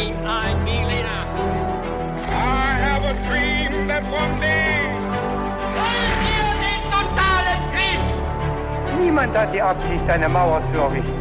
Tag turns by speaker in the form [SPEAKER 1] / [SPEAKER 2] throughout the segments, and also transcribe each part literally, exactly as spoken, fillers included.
[SPEAKER 1] dream, I Milena.
[SPEAKER 2] I have a dream that one day.
[SPEAKER 1] Wollen wir den totalen Krieg?
[SPEAKER 3] Niemand hat die Absicht, eine Mauer zu errichten.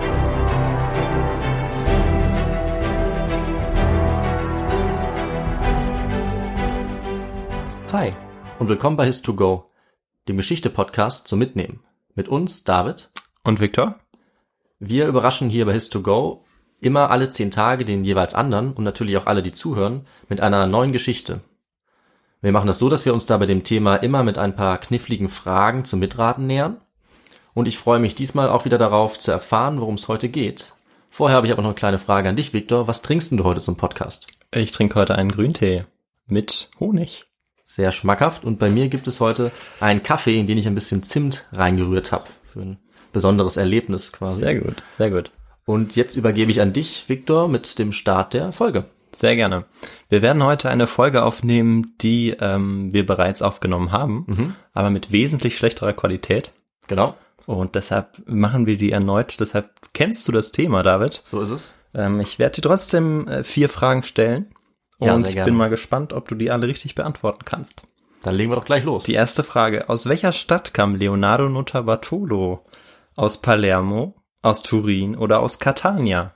[SPEAKER 4] Hi und willkommen bei His to Go, dem Geschichte-Podcast zum Mitnehmen. Mit uns, David
[SPEAKER 5] und Viktor.
[SPEAKER 4] Wir überraschen hier bei His to Go immer alle zehn Tage den jeweils anderen und natürlich auch alle, die zuhören, mit einer neuen Geschichte. Wir machen das so, dass wir uns da bei dem Thema immer mit ein paar kniffligen Fragen zum Mitraten nähern. Und ich freue mich diesmal auch wieder darauf zu erfahren, worum es heute geht. Vorher habe ich aber noch eine kleine Frage an dich, Viktor. Was trinkst denn du heute zum Podcast?
[SPEAKER 5] Ich trinke heute einen Grüntee mit Honig.
[SPEAKER 4] Sehr schmackhaft. Und bei mir gibt es heute einen Kaffee, in den ich ein bisschen Zimt reingerührt habe. Für ein besonderes Erlebnis quasi.
[SPEAKER 5] Sehr gut, sehr gut.
[SPEAKER 4] Und jetzt übergebe ich an dich, Viktor, mit dem Start der Folge.
[SPEAKER 5] Sehr gerne. Wir werden heute eine Folge aufnehmen, die ähm, wir bereits aufgenommen haben, mhm. aber mit wesentlich schlechterer Qualität.
[SPEAKER 4] Genau.
[SPEAKER 5] Und deshalb machen wir die erneut. Deshalb kennst du das Thema, David.
[SPEAKER 4] So ist es.
[SPEAKER 5] Ähm, ich werde dir trotzdem äh, vier Fragen stellen.
[SPEAKER 4] Ja,
[SPEAKER 5] und
[SPEAKER 4] sehr
[SPEAKER 5] ich
[SPEAKER 4] gerne.
[SPEAKER 5] bin mal gespannt, ob du die alle richtig beantworten kannst.
[SPEAKER 4] Dann legen wir doch gleich los.
[SPEAKER 5] Die erste Frage. Aus welcher Stadt kam Leonardo Notarbartolo? Aus Palermo, aus Turin oder aus Catania?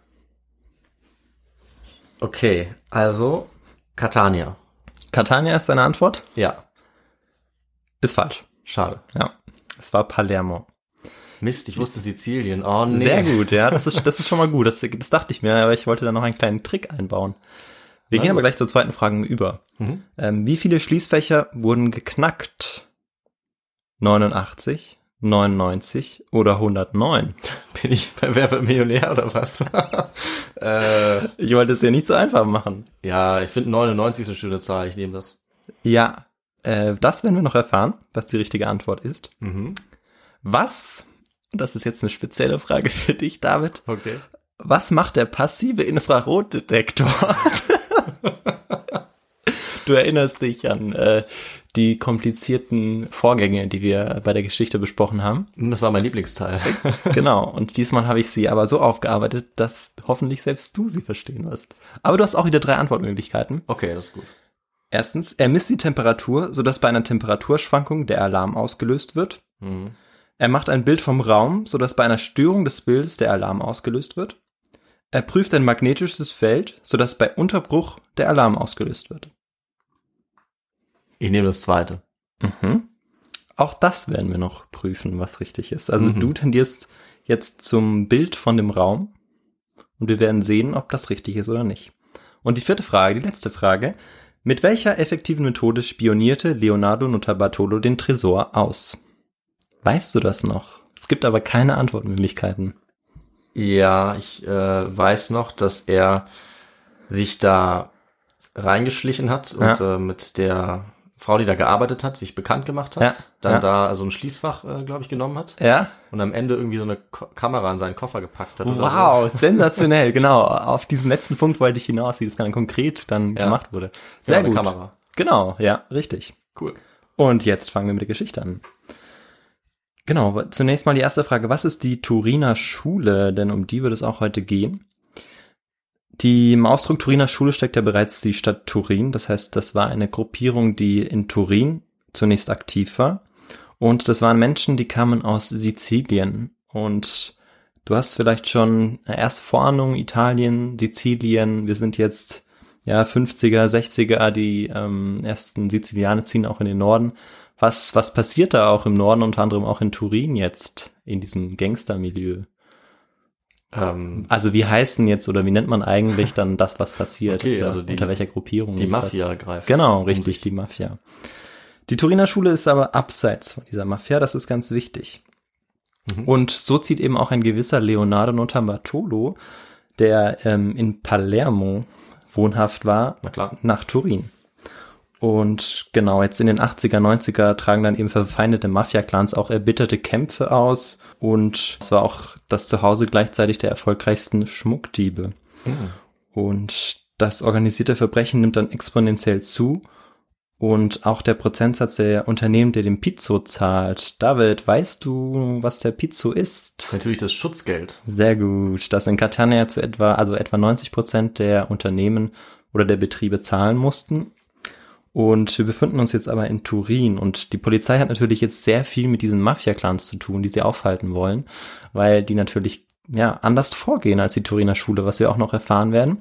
[SPEAKER 4] Okay, also Catania.
[SPEAKER 5] Catania ist deine Antwort?
[SPEAKER 4] Ja.
[SPEAKER 5] Ist falsch.
[SPEAKER 4] Schade.
[SPEAKER 5] Ja, es war Palermo.
[SPEAKER 4] Mist, ich wusste Sizilien. Oh nee.
[SPEAKER 5] Sehr gut, ja, das ist, das ist schon mal gut. Das, das dachte ich mir, aber ich wollte da noch einen kleinen Trick einbauen. Wir
[SPEAKER 4] Na
[SPEAKER 5] gehen
[SPEAKER 4] gut.
[SPEAKER 5] aber gleich zur zweiten Frage über.
[SPEAKER 4] Mhm.
[SPEAKER 5] Ähm, wie viele Schließfächer wurden geknackt? neunundachtzig, neunundneunzig oder hundertneun?
[SPEAKER 4] Bin ich bei Wer wird Millionär oder was? äh,
[SPEAKER 5] Ich wollte es ja nicht so einfach machen.
[SPEAKER 4] ja, ich finde neunundneunzig ist eine schöne Zahl. Ich nehme das.
[SPEAKER 5] Ja, äh, das werden wir noch erfahren, was die richtige Antwort ist.
[SPEAKER 4] Mhm.
[SPEAKER 5] Was, und das ist jetzt eine spezielle Frage für dich, David,
[SPEAKER 4] Okay.
[SPEAKER 5] was macht der passive Infrarotdetektor? Du erinnerst dich an äh, die komplizierten Vorgänge, die wir bei der Geschichte besprochen haben.
[SPEAKER 4] Das war mein Lieblingsteil.
[SPEAKER 5] Genau, und diesmal habe ich sie aber so aufgearbeitet, dass hoffentlich selbst du sie verstehen wirst. Aber du hast auch wieder drei Antwortmöglichkeiten.
[SPEAKER 4] Okay, das ist gut.
[SPEAKER 5] Erstens, er misst die Temperatur, sodass bei einer Temperaturschwankung der Alarm ausgelöst wird.
[SPEAKER 4] Mhm.
[SPEAKER 5] Er macht ein Bild vom Raum, sodass bei einer Störung des Bildes der Alarm ausgelöst wird. Er prüft ein magnetisches Feld, sodass bei Unterbruch der Alarm ausgelöst wird.
[SPEAKER 4] Ich nehme das zweite.
[SPEAKER 5] Mhm. Auch das werden wir noch prüfen, was richtig ist. Also
[SPEAKER 4] Mhm.
[SPEAKER 5] du tendierst jetzt zum Bild von dem Raum und wir werden sehen, ob das richtig ist oder nicht. Und die vierte Frage, die letzte Frage. Mit welcher effektiven Methode spionierte Leonardo Notarbartolo den Tresor aus? Weißt du das noch? Es gibt aber keine Antwortmöglichkeiten.
[SPEAKER 4] Ja, ich äh, weiß noch, dass er sich da reingeschlichen hat und
[SPEAKER 5] Ja.
[SPEAKER 4] äh, mit der Frau, die da gearbeitet hat, sich bekannt gemacht hat.
[SPEAKER 5] Ja,
[SPEAKER 4] Dann
[SPEAKER 5] ja.
[SPEAKER 4] da so ein Schließfach, äh, glaube ich, genommen hat.
[SPEAKER 5] Ja?
[SPEAKER 4] Und am Ende irgendwie so eine Ko- Kamera in seinen Koffer gepackt hat. oder
[SPEAKER 5] Wow, sensationell, genau. Auf diesen letzten Punkt wollte ich hinaus, wie das dann konkret dann
[SPEAKER 4] Ja.
[SPEAKER 5] gemacht wurde.
[SPEAKER 4] so.
[SPEAKER 5] Sehr
[SPEAKER 4] ja,
[SPEAKER 5] gut.
[SPEAKER 4] eine Kamera.
[SPEAKER 5] Genau, ja, richtig.
[SPEAKER 4] Cool.
[SPEAKER 5] Und jetzt fangen wir mit der Geschichte an. Genau, zunächst mal die erste Frage. Was ist die Turiner Schule? Denn um die wird es auch heute gehen. Die, im Ausdruck Turiner Schule steckt ja bereits die Stadt Turin. Das heißt, das war eine Gruppierung, die in Turin zunächst aktiv war. Und das waren Menschen, die kamen aus Sizilien. Und du hast vielleicht schon eine erste Vorahnung, Italien, Sizilien. Wir sind jetzt ja fünfziger, sechziger, die ähm, ersten Sizilianer ziehen auch in den Norden. Was, was passiert da auch im Norden, unter anderem auch in Turin jetzt, in diesem Gangstermilieu?
[SPEAKER 4] Ähm,
[SPEAKER 5] Also wie heißt denn jetzt, oder wie nennt man eigentlich dann das, was passiert?
[SPEAKER 4] Okay,
[SPEAKER 5] Oder
[SPEAKER 4] also die-
[SPEAKER 5] unter welcher Gruppierung
[SPEAKER 4] die
[SPEAKER 5] ist
[SPEAKER 4] Mafia
[SPEAKER 5] das?
[SPEAKER 4] greift.
[SPEAKER 5] Genau,
[SPEAKER 4] um
[SPEAKER 5] richtig,
[SPEAKER 4] sich.
[SPEAKER 5] die Mafia. Die Turiner Schule ist aber abseits von dieser Mafia, das ist ganz wichtig.
[SPEAKER 4] Mhm.
[SPEAKER 5] Und so zieht eben auch ein gewisser Leonardo Notarbartolo, der ähm, in Palermo wohnhaft war,
[SPEAKER 4] Na klar.
[SPEAKER 5] nach Turin. Und genau, jetzt in den achtziger, neunziger tragen dann eben verfeindete Mafia-Clans auch erbitterte Kämpfe aus. Und es war auch das Zuhause gleichzeitig der erfolgreichsten Schmuckdiebe.
[SPEAKER 4] Mhm.
[SPEAKER 5] Und das organisierte Verbrechen nimmt dann exponentiell zu. und auch der Prozentsatz der Unternehmen, der den Pizzo zahlt. David, weißt du, was der Pizzo ist?
[SPEAKER 4] Natürlich das Schutzgeld.
[SPEAKER 5] Sehr gut. Das in Catania zu etwa, also etwa neunzig Prozent der Unternehmen oder der Betriebe zahlen mussten. Und wir befinden uns jetzt aber in Turin und die Polizei hat natürlich jetzt sehr viel mit diesen Mafia-Clans zu tun, die sie aufhalten wollen, weil die natürlich ja anders vorgehen als die Turiner Schule, was wir auch noch erfahren werden.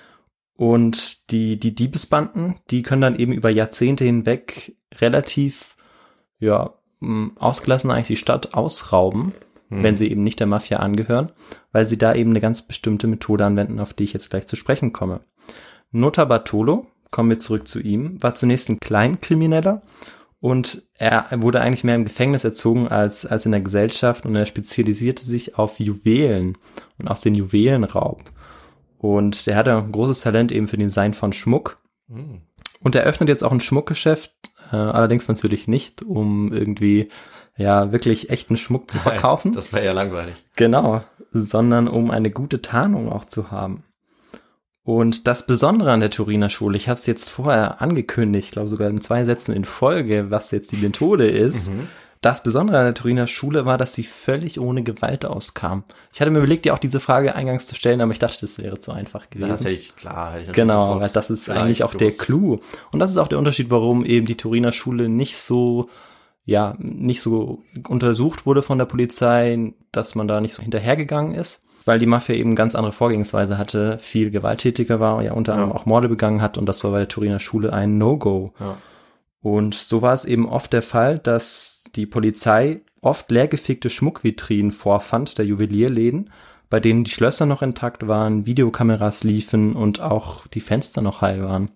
[SPEAKER 5] Und die, die Diebesbanden, die können dann eben über Jahrzehnte hinweg relativ, ja, ausgelassen eigentlich die Stadt ausrauben, hm. wenn sie eben nicht der Mafia angehören, weil sie da eben eine ganz bestimmte Methode anwenden, auf die ich jetzt gleich zu sprechen komme. Notarbartolo, kommen wir zurück zu ihm, war zunächst ein Kleinkrimineller und er wurde eigentlich mehr im Gefängnis erzogen als, als in der Gesellschaft und er spezialisierte sich auf Juwelen und auf den Juwelenraub. Und er hatte ein großes Talent eben für den Design von Schmuck. Mhm. Und er öffnet jetzt auch ein Schmuckgeschäft, äh, allerdings natürlich nicht, um irgendwie ja wirklich echten Schmuck zu verkaufen.
[SPEAKER 4] Das wäre ja langweilig.
[SPEAKER 5] Genau, sondern um eine gute Tarnung auch zu haben. Und das Besondere an der Turiner Schule, ich habe es jetzt vorher angekündigt, ich glaube sogar in zwei Sätzen in Folge, was jetzt die Methode ist. Mhm. Das Besondere an der Turiner Schule war, dass sie völlig ohne Gewalt auskam. Ich hatte mir überlegt, dir auch diese Frage eingangs zu stellen, aber ich dachte, das wäre zu einfach gewesen.
[SPEAKER 4] Das hätte ich, klar, hätte ich
[SPEAKER 5] Genau, weil das ist eigentlich auch der Clou. Und das ist auch der Unterschied, warum eben die Turiner Schule nicht so, ja, nicht so untersucht wurde von der Polizei, dass man da nicht so hinterhergegangen ist, weil die Mafia eben ganz andere Vorgehensweise hatte, viel gewalttätiger war, ja unter anderem ja. auch Morde begangen hat und das war bei der Turiner Schule ein No-Go. Ja. Und so war es eben oft der Fall, dass die Polizei oft leergefegte Schmuckvitrinen vorfand, der Juwelierläden, bei denen die Schlösser noch intakt waren, Videokameras liefen und auch die Fenster noch heil waren.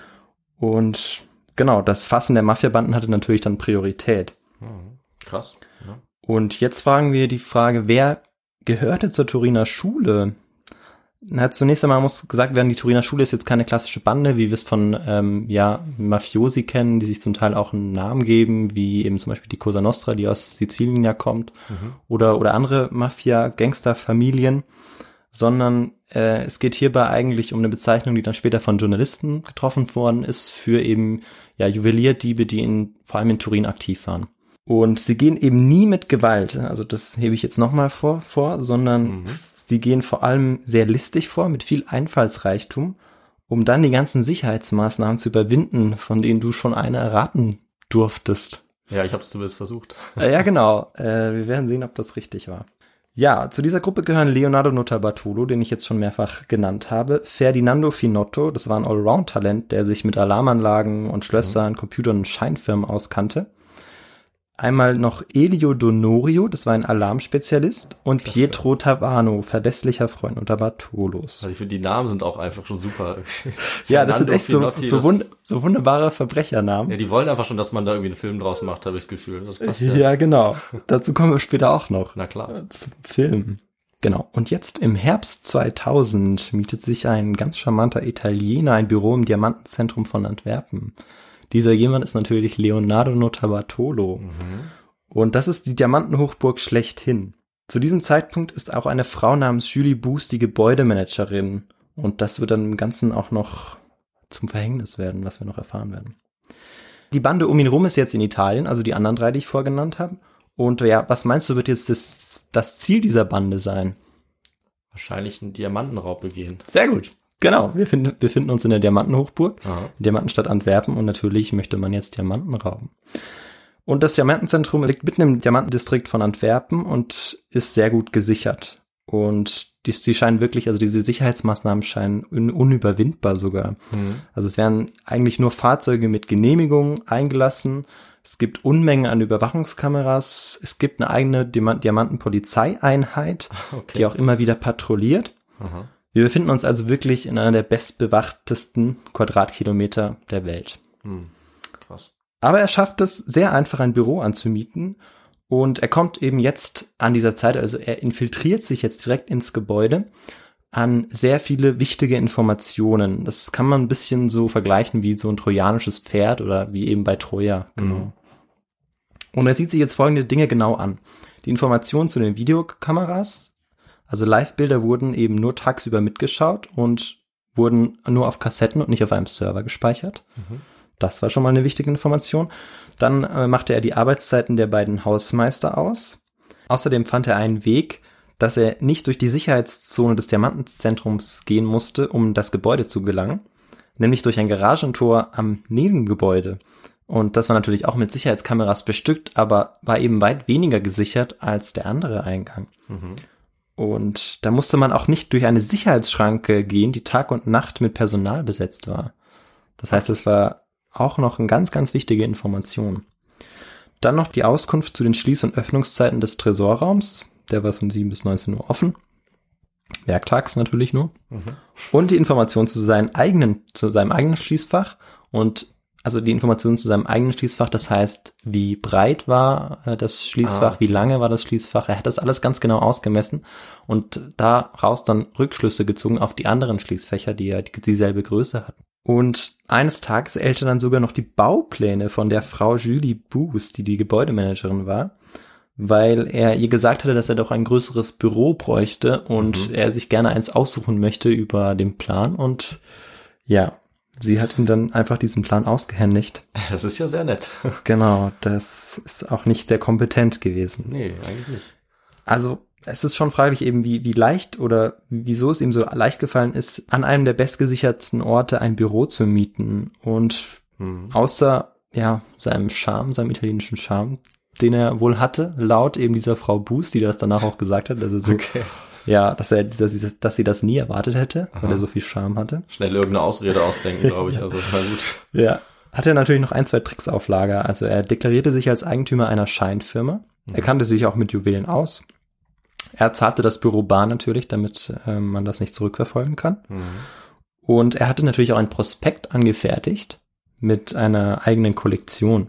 [SPEAKER 5] Und genau, das Fassen der Mafiabanden hatte natürlich dann Priorität.
[SPEAKER 4] Mhm. Krass. Ja.
[SPEAKER 5] Und jetzt fragen wir die Frage, wer gehörte zur Turiner Schule? Na, zunächst einmal muss gesagt werden, die Turiner Schule ist jetzt keine klassische Bande, wie wir es von ähm, ja Mafiosi kennen, die sich zum Teil auch einen Namen geben, wie eben zum Beispiel die Cosa Nostra, die aus Sizilien ja kommt, mhm. oder oder andere Mafia-Gangster-Familien, sondern äh, es geht hierbei eigentlich um eine Bezeichnung, die dann später von Journalisten getroffen worden ist, für eben ja Juwelierdiebe, die in, vor allem in Turin aktiv waren. Und sie gehen eben nie mit Gewalt, also das hebe ich jetzt nochmal vor, vor, sondern mhm. sie gehen vor allem sehr listig vor, mit viel Einfallsreichtum, um dann die ganzen Sicherheitsmaßnahmen zu überwinden, von denen du schon eine erraten durftest.
[SPEAKER 4] Ja, ich habe es zumindest versucht.
[SPEAKER 5] Ja, genau. Äh, wir werden sehen, ob das richtig war. Ja, zu dieser Gruppe gehören Leonardo Notarbartolo, den ich jetzt schon mehrfach genannt habe, Ferdinando Finotto, das war ein Allround-Talent, der sich mit Alarmanlagen und Schlössern, mhm. Computern und Scheinfirmen auskannte. Einmal noch Elio Donorio, das war ein Alarmspezialist, und Klasse. Pietro Tavano, verlässlicher Freund unter Bartolos.
[SPEAKER 4] Ich finde, die Namen sind auch einfach schon super.
[SPEAKER 5] Ja, das sind echt so, Finotti, so, wund- so wunderbare Verbrechernamen.
[SPEAKER 4] Ja, die wollen einfach schon, dass man da irgendwie einen Film draus macht, habe ich das Gefühl. Das passt ja.
[SPEAKER 5] Ja, genau. Dazu kommen wir später auch noch.
[SPEAKER 4] Na klar.
[SPEAKER 5] Zum Film. Genau. Und jetzt im Herbst zweitausend mietet sich ein ganz charmanter Italiener ein Büro im Diamantenzentrum von Antwerpen. Dieser jemand ist natürlich Leonardo Notarbartolo. Mhm. Und das ist die Diamantenhochburg schlechthin. Zu diesem Zeitpunkt ist auch eine Frau namens Julie Boos die Gebäudemanagerin. Und das wird dann im Ganzen auch noch zum Verhängnis werden, was wir noch erfahren werden. Die Bande um ihn rum ist jetzt in Italien, also die anderen drei, die ich vorgenannt habe. Und ja, was meinst du, wird jetzt das, das Ziel dieser Bande sein?
[SPEAKER 4] Wahrscheinlich einen Diamantenraub begehen.
[SPEAKER 5] Sehr gut. Genau, wir finden, befinden uns in der Diamantenhochburg, Aha. Diamantenstadt Antwerpen, und natürlich möchte man jetzt Diamanten rauben. Und das Diamantenzentrum liegt mitten im Diamantendistrikt von Antwerpen und ist sehr gut gesichert. Und die, die scheinen wirklich, also diese Sicherheitsmaßnahmen scheinen un, unüberwindbar sogar. Mhm. Also es werden eigentlich nur Fahrzeuge mit Genehmigung eingelassen. Es gibt Unmengen an Überwachungskameras. Es gibt eine eigene Diamantenpolizeieinheit, okay. die auch immer wieder patrouilliert. Aha. Wir befinden uns also wirklich in einer der bestbewachtesten Quadratkilometer der Welt.
[SPEAKER 4] Hm, krass.
[SPEAKER 5] Aber er schafft es sehr einfach, ein Büro anzumieten. Und er kommt eben jetzt an dieser Zeit, also er infiltriert sich jetzt direkt ins Gebäude, an sehr viele wichtige Informationen. Das kann man ein bisschen so vergleichen wie so ein trojanisches Pferd oder wie eben bei Troja. Genau. Mhm. Und er sieht sich jetzt folgende Dinge genau an. Die Informationen zu den Videokameras. Also Live-Bilder wurden eben nur tagsüber mitgeschaut und wurden nur auf Kassetten und nicht auf einem Server gespeichert. Mhm. Das war schon mal eine wichtige Information. Dann äh, machte er die Arbeitszeiten der beiden Hausmeister aus. Außerdem fand er einen Weg, dass er nicht durch die Sicherheitszone des Diamantenzentrums gehen musste, um in das Gebäude zu gelangen, nämlich durch ein Garagentor am Nebengebäude. Und das war natürlich auch mit Sicherheitskameras bestückt, aber war eben weit weniger gesichert als der andere Eingang. Mhm. Und da musste man auch nicht durch eine Sicherheitsschranke gehen, die Tag und Nacht mit Personal besetzt war. Das heißt, es war auch noch eine ganz, ganz wichtige Information. Dann noch die Auskunft zu den Schließ- und Öffnungszeiten des Tresorraums. Der war von sieben bis neunzehn Uhr offen. Werktags natürlich nur. Mhm. Und die Information zu seinem eigenen, zu seinem eigenen Schließfach. Und also die Information zu seinem eigenen Schließfach, das heißt, wie breit war äh, das Schließfach, ah, okay. wie lange war das Schließfach. Er hat das alles ganz genau ausgemessen und daraus dann Rückschlüsse gezogen auf die anderen Schließfächer, die ja dieselbe Größe hatten. Und eines Tages erhält er dann sogar noch die Baupläne von der Frau Julie Boos, die die Gebäudemanagerin war, weil er ihr gesagt hatte, dass er doch ein größeres Büro bräuchte und mhm. er sich gerne eins aussuchen möchte über den Plan. Und ja, sie hat ihm dann einfach diesen Plan ausgehändigt.
[SPEAKER 4] Das ist ja sehr nett.
[SPEAKER 5] Genau, das ist auch nicht sehr kompetent gewesen.
[SPEAKER 4] Nee, eigentlich nicht.
[SPEAKER 5] Also es ist schon fraglich eben, wie, wie leicht oder wieso es ihm so leicht gefallen ist, an einem der bestgesichertsten Orte ein Büro zu mieten. Und mhm. außer ja seinem Charme, seinem italienischen Charme, den er wohl hatte, laut eben dieser Frau Boos, die das danach auch gesagt hat, dass er so, okay. ja, dass er, dass sie, dass sie das nie erwartet hätte, Aha. weil er so viel Charme hatte.
[SPEAKER 4] Schnell irgendeine Ausrede ausdenken, glaube ich, also na gut.
[SPEAKER 5] Ja, hatte er natürlich noch ein, zwei Tricks auf Lager. Also er deklarierte sich als Eigentümer einer Scheinfirma. Mhm. Er kannte sich auch mit Juwelen aus. Er zahlte das Büro bar natürlich, damit äh, man das nicht zurückverfolgen kann. Mhm. Und er hatte natürlich auch ein Prospekt angefertigt mit einer eigenen Kollektion.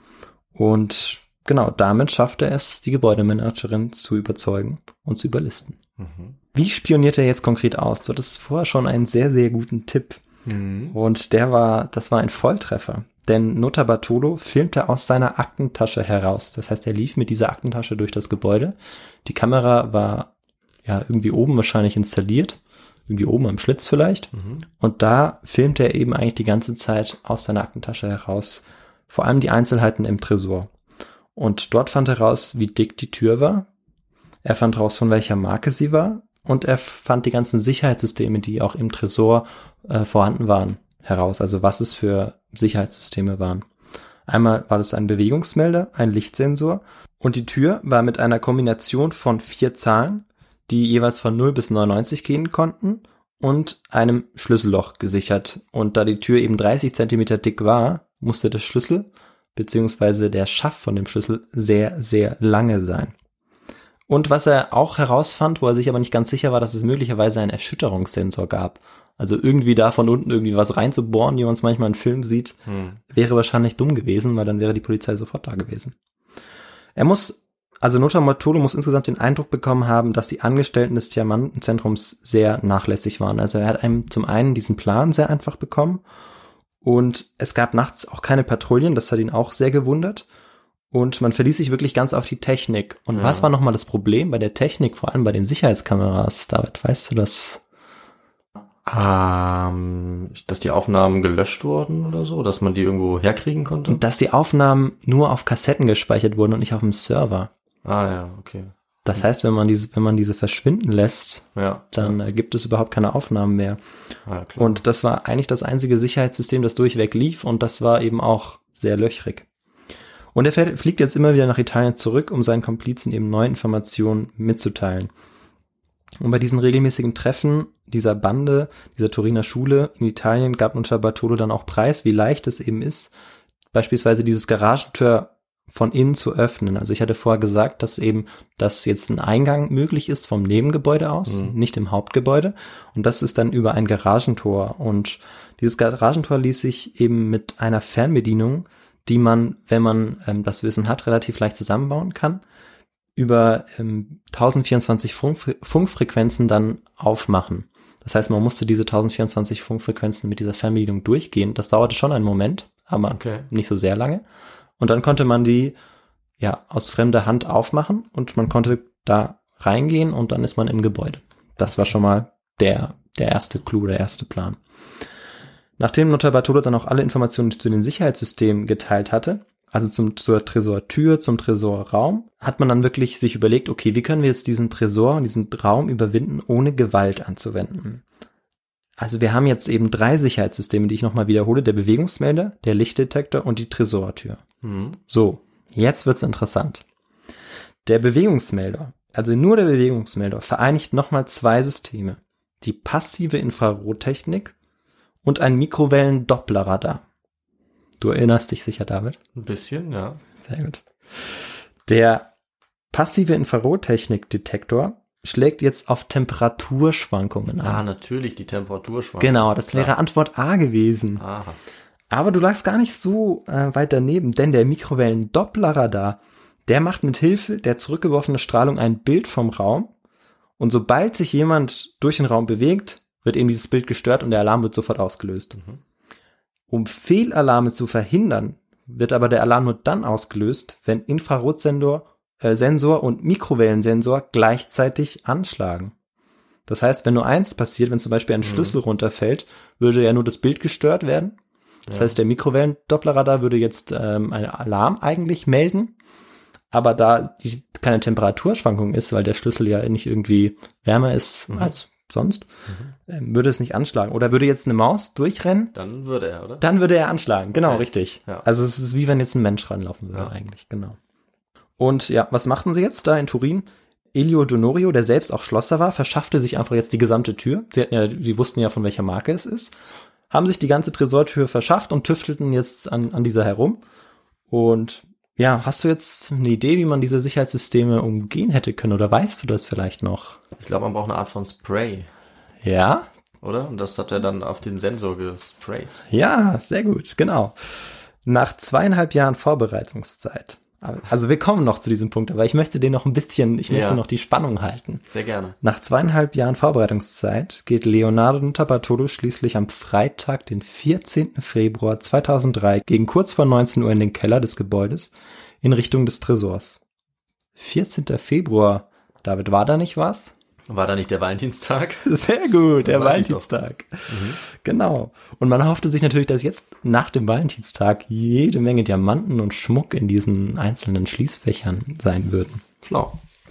[SPEAKER 5] Und genau, damit schaffte er es, die Gebäudemanagerin zu überzeugen und zu überlisten. Mhm. Wie spioniert er jetzt konkret aus? Du hattest vorher schon einen sehr, sehr guten Tipp. Mhm. Und der war, das war ein Volltreffer. Denn Notarbartolo filmte aus seiner Aktentasche heraus. Das heißt, er lief mit dieser Aktentasche durch das Gebäude. Die Kamera war ja irgendwie oben wahrscheinlich installiert. Irgendwie oben am Schlitz vielleicht. Mhm. Und da filmte er eben eigentlich die ganze Zeit aus seiner Aktentasche heraus. Vor allem die Einzelheiten im Tresor. Und dort fand er raus, wie dick die Tür war. Er fand raus, von welcher Marke sie war. Und er fand die ganzen Sicherheitssysteme, die auch im Tresor äh, vorhanden waren, heraus. Also was es für Sicherheitssysteme waren. Einmal war das ein Bewegungsmelder, ein Lichtsensor. Und die Tür war mit einer Kombination von vier Zahlen, die jeweils von null bis neunundneunzig gehen konnten, und einem Schlüsselloch gesichert. Und da die Tür eben dreißig Zentimeter dick war, musste der Schlüssel beziehungsweise der Schaft von dem Schlüssel sehr, sehr lange sein. Und was er auch herausfand, wo er sich aber nicht ganz sicher war, dass es möglicherweise einen Erschütterungssensor gab. Also irgendwie da von unten irgendwie was reinzubohren, wie man es manchmal in Filmen sieht, hm. wäre wahrscheinlich dumm gewesen, weil dann wäre die Polizei sofort da gewesen. Er muss, also Notarbartolo muss insgesamt den Eindruck bekommen haben, dass die Angestellten des Diamantenzentrums sehr nachlässig waren. Also er hat einem zum einen diesen Plan sehr einfach bekommen und es gab nachts auch keine Patrouillen, das hat ihn auch sehr gewundert. Und man verließ sich wirklich ganz auf die Technik. Und ja. was war nochmal das Problem bei der Technik, vor allem bei den Sicherheitskameras? David, weißt du das?
[SPEAKER 4] Ähm, dass die Aufnahmen gelöscht wurden oder so? Dass man die irgendwo herkriegen konnte?
[SPEAKER 5] Und dass die Aufnahmen nur auf Kassetten gespeichert wurden und nicht auf dem Server.
[SPEAKER 4] Ah ja, okay.
[SPEAKER 5] Das heißt, wenn man diese, wenn man diese verschwinden lässt,
[SPEAKER 4] ja,
[SPEAKER 5] dann
[SPEAKER 4] ja.
[SPEAKER 5] Äh, gibt es überhaupt keine Aufnahmen mehr.
[SPEAKER 4] Ah, klar.
[SPEAKER 5] Und das war eigentlich das einzige Sicherheitssystem, das durchweg lief, und das war eben auch sehr löchrig. Und er fährt, fliegt jetzt immer wieder nach Italien zurück, um seinen Komplizen eben neue Informationen mitzuteilen. Und bei diesen regelmäßigen Treffen dieser Bande, dieser Turiner Schule in Italien, gab Notarbartolo dann auch preis, wie leicht es eben ist, beispielsweise dieses Garagentür von innen zu öffnen. Also ich hatte vorher gesagt, dass eben, dass jetzt ein Eingang möglich ist vom Nebengebäude aus, mhm. nicht im Hauptgebäude. Und das ist dann über ein Garagentor. Und dieses Garagentor ließ sich eben mit einer Fernbedienung, die man, wenn man ähm, das Wissen hat, relativ leicht zusammenbauen kann, über ähm, tausendvierundzwanzig Funk- Funkfrequenzen dann aufmachen. Das heißt, man musste diese tausendvierundzwanzig Funkfrequenzen mit dieser Fernbedienung durchgehen. Das dauerte schon einen Moment, aber okay. nicht so sehr lange. Und dann konnte man die ja aus fremder Hand aufmachen und man konnte da reingehen und dann ist man im Gebäude. Das war schon mal der, der erste Clou, der erste Plan. Nachdem Notarbartolo dann auch alle Informationen zu den Sicherheitssystemen geteilt hatte, also zum, zur Tresortür, zum Tresorraum, hat man dann wirklich sich überlegt, okay, wie können wir jetzt diesen Tresor und diesen Raum überwinden, ohne Gewalt anzuwenden? Also wir haben jetzt eben drei Sicherheitssysteme, die ich nochmal wiederhole, der Bewegungsmelder, der Lichtdetektor und die Tresortür. Mhm. So, jetzt wird's interessant. Der Bewegungsmelder, also nur der Bewegungsmelder, vereinigt nochmal zwei Systeme. Die passive Infrarottechnik und ein Mikrowellen-Dopplerradar. Du erinnerst dich sicher, David?
[SPEAKER 4] Ein bisschen, ja.
[SPEAKER 5] Sehr gut. Der passive Infrarottechnik-Detektor schlägt jetzt auf Temperaturschwankungen an.
[SPEAKER 4] Ah, natürlich, die Temperaturschwankungen.
[SPEAKER 5] Genau, das wäre Antwort A gewesen.
[SPEAKER 4] Aha.
[SPEAKER 5] Aber du lagst gar nicht so äh, weit daneben, denn der Mikrowellen-Dopplerradar, der macht mit Hilfe der zurückgeworfenen Strahlung ein Bild vom Raum und sobald sich jemand durch den Raum bewegt, wird eben dieses Bild gestört und der Alarm wird sofort ausgelöst. Mhm. Um Fehlalarme zu verhindern, wird aber der Alarm nur dann ausgelöst, wenn Infrarotsensor äh, Sensor und Mikrowellensensor gleichzeitig anschlagen. Das heißt, wenn nur eins passiert, wenn zum Beispiel ein mhm. Schlüssel runterfällt, würde ja nur das Bild gestört werden. Das ja. heißt, der Mikrowellen-Dopplerradar würde jetzt ähm, einen Alarm eigentlich melden, aber da die, keine Temperaturschwankung ist, weil der Schlüssel ja nicht irgendwie wärmer ist mhm. als sonst, mhm. ähm, würde es nicht anschlagen. Oder würde jetzt eine Maus durchrennen?
[SPEAKER 4] Dann würde er, oder?
[SPEAKER 5] Dann würde er anschlagen, genau, okay. richtig.
[SPEAKER 4] Ja.
[SPEAKER 5] Also es ist wie wenn jetzt ein Mensch ranlaufen würde
[SPEAKER 4] ja.
[SPEAKER 5] eigentlich, genau. Und ja, was machten sie jetzt da in Turin? Elio Donorio, der selbst auch Schlosser war, verschaffte sich einfach jetzt die gesamte Tür. Sie hatten ja, sie wussten ja, von welcher Marke es ist. Haben sich die ganze Tresortür verschafft und tüftelten jetzt an, an dieser herum. Und ja, hast du jetzt eine Idee, wie man diese Sicherheitssysteme umgehen hätte können? Oder weißt du das vielleicht noch?
[SPEAKER 4] Ich glaube, man braucht eine Art von Spray.
[SPEAKER 5] Ja?
[SPEAKER 4] Oder? Und das hat er dann auf den Sensor gesprayt.
[SPEAKER 5] Ja, sehr gut, genau. Nach zweieinhalb Jahren Vorbereitungszeit. Also wir kommen noch zu diesem Punkt, aber ich möchte den noch ein bisschen, ich möchte ja. noch die Spannung halten.
[SPEAKER 4] Sehr gerne.
[SPEAKER 5] Nach zweieinhalb Jahren Vorbereitungszeit geht Leonardo Notarbartolo schließlich am Freitag, den vierzehnten Februar zweitausenddrei, gegen kurz vor neunzehn Uhr in den Keller des Gebäudes in Richtung des Tresors. vierzehnten Februar, David, war da nicht was?
[SPEAKER 4] War da nicht der Valentinstag?
[SPEAKER 5] Sehr gut, der Valentinstag. Mhm. Genau. Und man hoffte sich natürlich, dass jetzt nach dem Valentinstag jede Menge Diamanten und Schmuck in diesen einzelnen Schließfächern sein würden.
[SPEAKER 4] Schlau.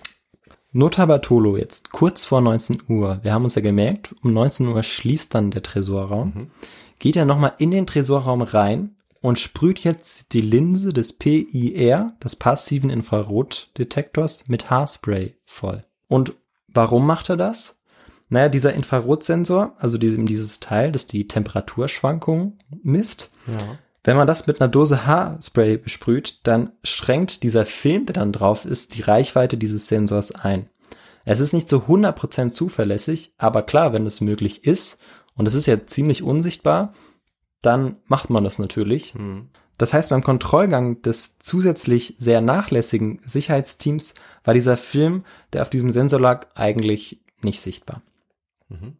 [SPEAKER 5] Notarbartolo jetzt, kurz vor neunzehn Uhr. Wir haben uns ja gemerkt, um neunzehn Uhr schließt dann der Tresorraum. Mhm. Geht er nochmal in den Tresorraum rein und sprüht jetzt die Linse des P I R, des passiven Infrarotdetektors, mit Haarspray voll. Und warum macht er das? Naja, dieser Infrarotsensor, also diesem, dieses Teil, das die Temperaturschwankungen misst,
[SPEAKER 4] ja.
[SPEAKER 5] wenn man das mit einer Dose Haarspray besprüht, dann schränkt dieser Film, der dann drauf ist, die Reichweite dieses Sensors ein. Es ist nicht so hundert Prozent zuverlässig, aber klar, wenn es möglich ist, und es ist ja ziemlich unsichtbar, dann macht man das natürlich. Hm. Das heißt, beim Kontrollgang des zusätzlich sehr nachlässigen Sicherheitsteams war dieser Film, der auf diesem Sensor lag, eigentlich nicht sichtbar. Mhm.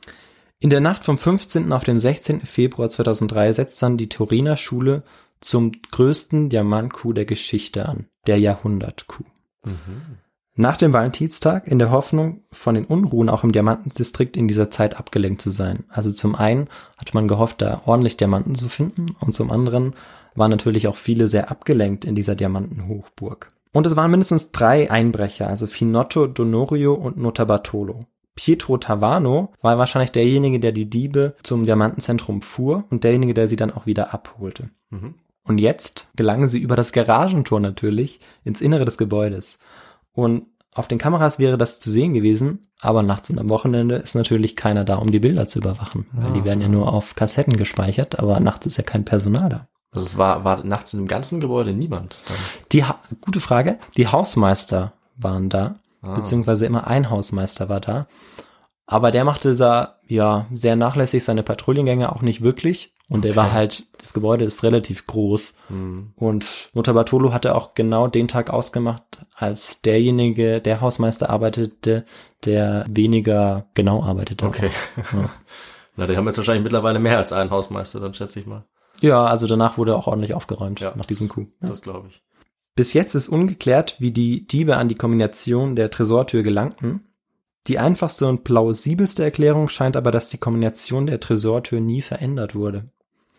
[SPEAKER 5] In der Nacht vom fünfzehnten auf den sechzehnten Februar zweitausenddrei setzt dann die Turiner Schule zum größten Diamant-Coup der Geschichte an, der Jahrhundert-Coup. Mhm. Nach dem Valentinstag in der Hoffnung, von den Unruhen auch im Diamantendistrikt in dieser Zeit abgelenkt zu sein. Also zum einen hat man gehofft, da ordentlich Diamanten zu finden und zum anderen waren natürlich auch viele sehr abgelenkt in dieser Diamantenhochburg. Und es waren mindestens drei Einbrecher, also Finotto, Donorio und Notarbartolo. Pietro Tavano war wahrscheinlich derjenige, der die Diebe zum Diamantenzentrum fuhr und derjenige, der sie dann auch wieder abholte. Mhm. Und jetzt gelangen sie über das Garagentor natürlich ins Innere des Gebäudes. Und auf den Kameras wäre das zu sehen gewesen, aber nachts und am Wochenende ist natürlich keiner da, um die Bilder zu überwachen, weil ah, die werden ja nur auf Kassetten gespeichert, aber nachts ist ja kein Personal da.
[SPEAKER 4] Also es war, war nachts in dem ganzen Gebäude niemand dann?
[SPEAKER 5] Die ha- gute Frage. Die Hausmeister waren da, ah. beziehungsweise immer ein Hausmeister war da. Aber der machte sa, ja sehr nachlässig seine Patrouillengänge auch nicht wirklich. Und okay. der war halt, das Gebäude ist relativ groß. Hm. Und Notarbartolo hatte auch genau den Tag ausgemacht, als derjenige, der Hausmeister arbeitete, der weniger genau arbeitete.
[SPEAKER 4] Okay. Ja. Na, die haben jetzt wahrscheinlich mittlerweile mehr als einen Hausmeister, dann schätze ich mal.
[SPEAKER 5] Ja, also danach wurde auch ordentlich aufgeräumt,
[SPEAKER 4] ja,
[SPEAKER 5] nach diesem Coup. Ja.
[SPEAKER 4] Das glaube ich.
[SPEAKER 5] Bis jetzt ist ungeklärt, wie die Diebe an die Kombination der Tresortür gelangten. Die einfachste und plausibelste Erklärung scheint aber, dass die Kombination der Tresortür nie verändert wurde.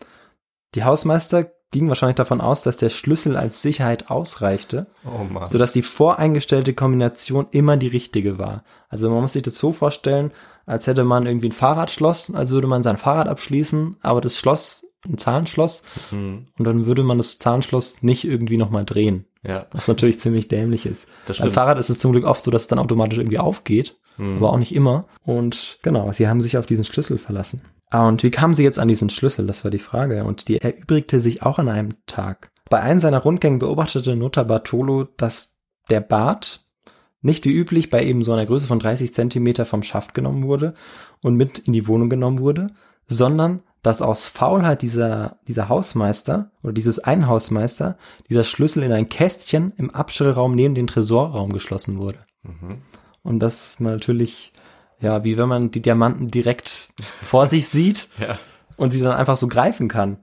[SPEAKER 5] Die Hausmeister gingen wahrscheinlich davon aus, dass der Schlüssel als Sicherheit ausreichte,
[SPEAKER 4] Oh Mann.
[SPEAKER 5] sodass die voreingestellte Kombination immer die richtige war. Also man muss sich das so vorstellen, als hätte man irgendwie ein Fahrradschloss, also würde man sein Fahrrad abschließen, aber das Schloss, ein Zahnschloss,
[SPEAKER 4] Mhm.
[SPEAKER 5] und dann würde man das Zahnschloss nicht irgendwie nochmal drehen,
[SPEAKER 4] Ja,
[SPEAKER 5] was natürlich ziemlich dämlich ist.
[SPEAKER 4] das
[SPEAKER 5] Beim
[SPEAKER 4] stimmt.
[SPEAKER 5] Fahrrad ist es zum Glück oft so, dass es dann automatisch irgendwie aufgeht,
[SPEAKER 4] Mhm.
[SPEAKER 5] aber auch nicht immer. Und genau, sie haben sich auf diesen Schlüssel verlassen. Ah, und wie kamen sie jetzt an diesen Schlüssel? Das war die Frage. Und die erübrigte sich auch an einem Tag. Bei einem seiner Rundgänge beobachtete Notar Bartolo, dass der Bart nicht wie üblich bei eben so einer Größe von dreißig Zentimeter vom Schaft genommen wurde und mit in die Wohnung genommen wurde, sondern dass aus Faulheit dieser, dieser Hausmeister oder dieses einen Hausmeister dieser Schlüssel in ein Kästchen im Abstellraum neben den Tresorraum geschlossen wurde.
[SPEAKER 4] Mhm.
[SPEAKER 5] Und das ist natürlich, ja, wie wenn man die Diamanten direkt vor sich sieht
[SPEAKER 4] Ja.
[SPEAKER 5] und sie dann einfach so greifen kann.